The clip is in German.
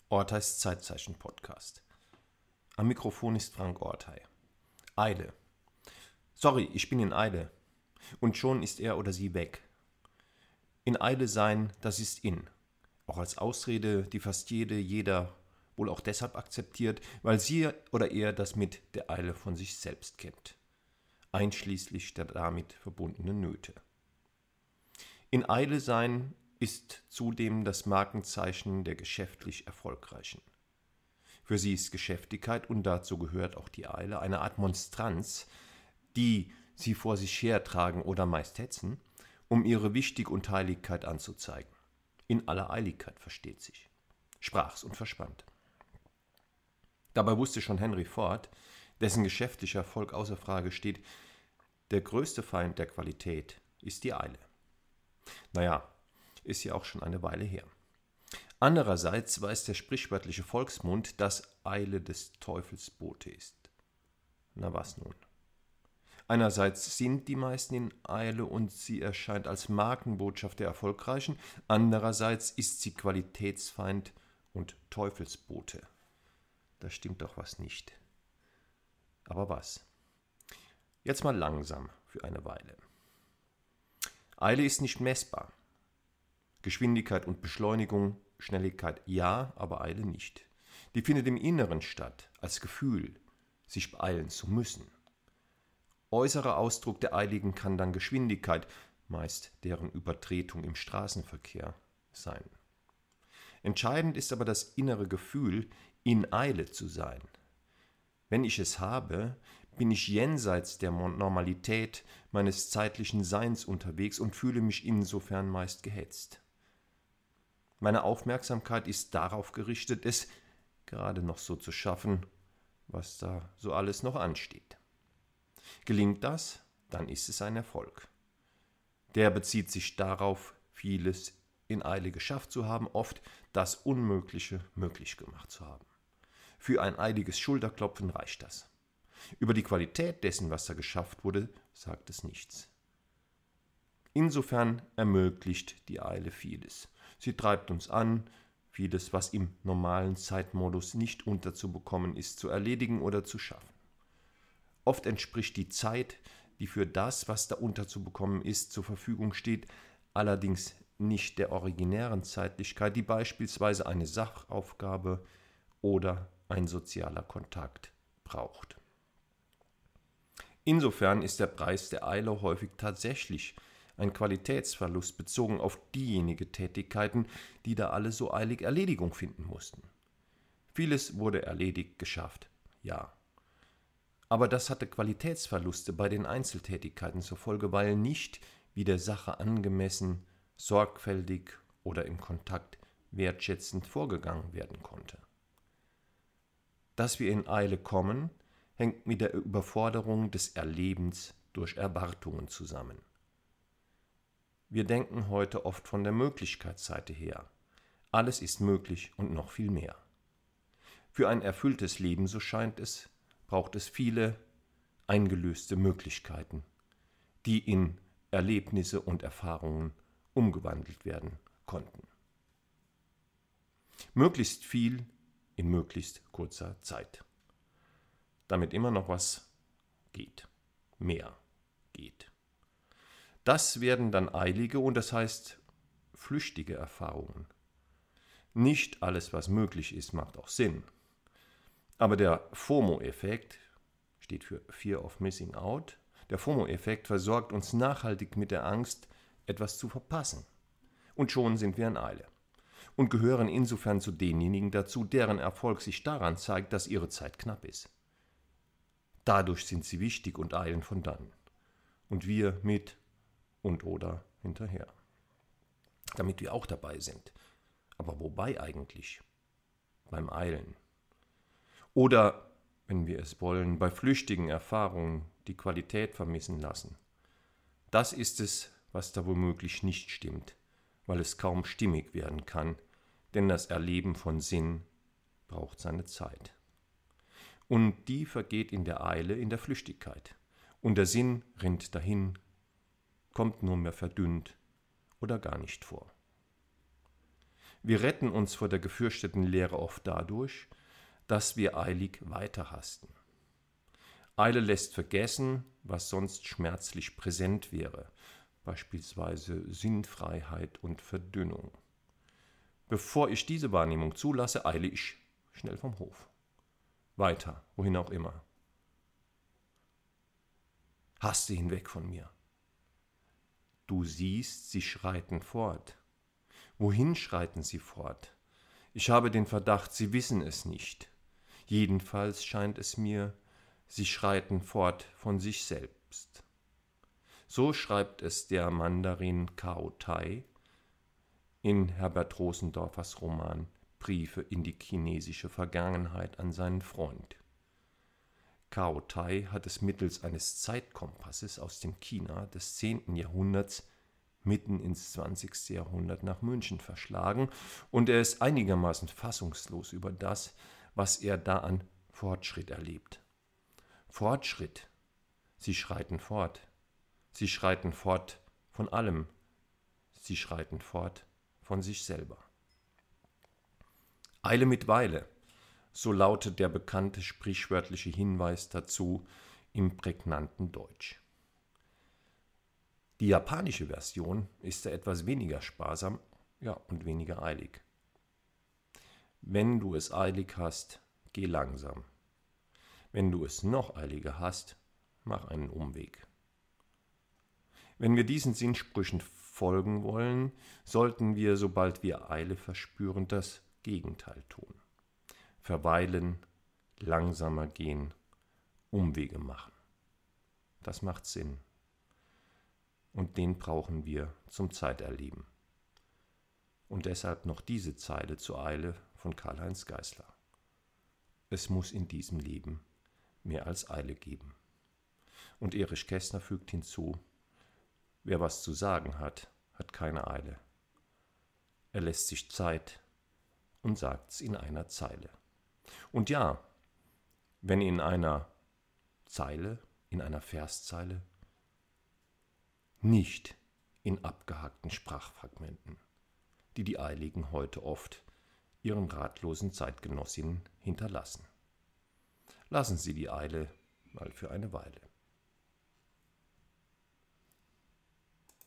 Orteis Zeitzeichen-Podcast. Am Mikrofon ist Frank Ortei. Eile. Sorry, ich bin in Eile. Und schon ist er oder sie weg. In Eile sein, das ist in. Auch als Ausrede, die fast jeder wohl auch deshalb akzeptiert, weil sie oder er das mit der Eile von sich selbst kennt. Einschließlich der damit verbundenen Nöte. In Eile sein ist zudem das Markenzeichen der geschäftlich Erfolgreichen. Für sie ist Geschäftigkeit, und dazu gehört auch die Eile, eine Art Monstranz, die sie vor sich hertragen oder meist hetzen, um ihre Wichtig und Heiligkeit anzuzeigen. In aller Eiligkeit, versteht sich. Sprach's und verschwand. Dabei wusste schon Henry Ford, dessen geschäftlicher Erfolg außer Frage steht, der größte Feind der Qualität ist die Eile. Naja, ist ja auch schon eine Weile her. Andererseits weiß der sprichwörtliche Volksmund, dass Eile des Teufels Bote ist. Na was nun? Einerseits sind die meisten in Eile und sie erscheint als Markenbotschaft der Erfolgreichen, andererseits ist sie Qualitätsfeind und Teufelsbote. Da stimmt doch was nicht. Aber was? Jetzt mal langsam für eine Weile. Eile ist nicht messbar. Geschwindigkeit und Beschleunigung, Schnelligkeit ja, aber Eile nicht. Die findet im Inneren statt, als Gefühl, sich beeilen zu müssen. Äußerer Ausdruck der Eiligen kann dann Geschwindigkeit, meist deren Übertretung im Straßenverkehr, sein. Entscheidend ist aber das innere Gefühl, in Eile zu sein. Wenn ich es habe, bin ich jenseits der Normalität meines zeitlichen Seins unterwegs und fühle mich insofern meist gehetzt. Meine Aufmerksamkeit ist darauf gerichtet, es gerade noch so zu schaffen, was da so alles noch ansteht. Gelingt das, dann ist es ein Erfolg. Der bezieht sich darauf, vieles in Eile geschafft zu haben, oft das Unmögliche möglich gemacht zu haben. Für ein eiliges Schulterklopfen reicht das. Über die Qualität dessen, was da geschafft wurde, sagt es nichts. Insofern ermöglicht die Eile vieles. Sie treibt uns an, vieles, was im normalen Zeitmodus nicht unterzubekommen ist, zu erledigen oder zu schaffen. Oft entspricht die Zeit, die für das, was da unterzubekommen ist, zur Verfügung steht, allerdings nicht der originären Zeitlichkeit, die beispielsweise eine Sachaufgabe oder ein sozialer Kontakt braucht. Insofern ist der Preis der Eile häufig tatsächlich ein Qualitätsverlust bezogen auf diejenige Tätigkeiten, die da alle so eilig Erledigung finden mussten. Vieles wurde erledigt, geschafft, ja. Aber das hatte Qualitätsverluste bei den Einzeltätigkeiten zur Folge, weil nicht wie der Sache angemessen, sorgfältig oder im Kontakt wertschätzend vorgegangen werden konnte. Dass wir in Eile kommen, hängt mit der Überforderung des Erlebens durch Erwartungen zusammen. Wir denken heute oft von der Möglichkeitsseite her. Alles ist möglich und noch viel mehr. Für ein erfülltes Leben, so scheint es, braucht es viele eingelöste Möglichkeiten, die in Erlebnisse und Erfahrungen umgewandelt werden konnten. Möglichst viel in möglichst kurzer Zeit. Damit immer noch was geht, mehr geht. Das werden dann eilige und das heißt flüchtige Erfahrungen. Nicht alles, was möglich ist, macht auch Sinn. Aber der FOMO-Effekt steht für Fear of Missing Out. Der FOMO-Effekt versorgt uns nachhaltig mit der Angst, etwas zu verpassen. Und schon sind wir in Eile. Und gehören insofern zu denjenigen dazu, deren Erfolg sich daran zeigt, dass ihre Zeit knapp ist. Dadurch sind sie wichtig und eilen von dann. Und wir mit und oder hinterher. Damit wir auch dabei sind. Aber wobei eigentlich? Beim Eilen. Oder, wenn wir es wollen, bei flüchtigen Erfahrungen die Qualität vermissen lassen. Das ist es, was da womöglich nicht stimmt, weil es kaum stimmig werden kann, denn das Erleben von Sinn braucht seine Zeit. Und die vergeht in der Eile, in der Flüchtigkeit. Und der Sinn rinnt dahin, kommt nur mehr verdünnt oder gar nicht vor. Wir retten uns vor der gefürchteten Leere oft dadurch, dass wir eilig weiterhasten. Eile lässt vergessen, was sonst schmerzlich präsent wäre, beispielsweise Sinnfreiheit und Verdünnung. Bevor ich diese Wahrnehmung zulasse, eile ich schnell vom Hof. Weiter, wohin auch immer. Haste hinweg von mir. Du siehst, sie schreiten fort. Wohin schreiten sie fort? Ich habe den Verdacht, sie wissen es nicht. Jedenfalls scheint es mir, sie schreiten fort von sich selbst. So schreibt es der Mandarin Cao Tai in Herbert Rosendorfers Roman Briefe in die chinesische Vergangenheit an seinen Freund. Cao Tai hat es mittels eines Zeitkompasses aus dem China des 10. Jahrhunderts mitten ins 20. Jahrhundert nach München verschlagen, und er ist einigermaßen fassungslos über das, was er da an Fortschritt erlebt. Fortschritt. Sie schreiten fort. Sie schreiten fort von allem. Sie schreiten fort von sich selber. Eile mit Weile, so lautet der bekannte sprichwörtliche Hinweis dazu im prägnanten Deutsch. Die japanische Version ist da etwas weniger sparsam, und weniger eilig. Wenn du es eilig hast, geh langsam. Wenn du es noch eiliger hast, mach einen Umweg. Wenn wir diesen Sinnsprüchen folgen wollen, sollten wir, sobald wir Eile verspüren, das Gegenteil tun. Verweilen, langsamer gehen, Umwege machen. Das macht Sinn. Und den brauchen wir zum Zeiterleben. Und deshalb noch diese Zeile zur Eile von Karl-Heinz Geisler. Es muss in diesem Leben mehr als Eile geben. Und Erich Kästner fügt hinzu: Wer was zu sagen hat, hat keine Eile. Er lässt sich Zeit und sagt's in einer Zeile. Und ja, wenn in einer Zeile, in einer Verszeile, nicht in abgehackten Sprachfragmenten, die die Eiligen heute oft ihren ratlosen Zeitgenossinnen hinterlassen. Lassen Sie die Eile mal für eine Weile.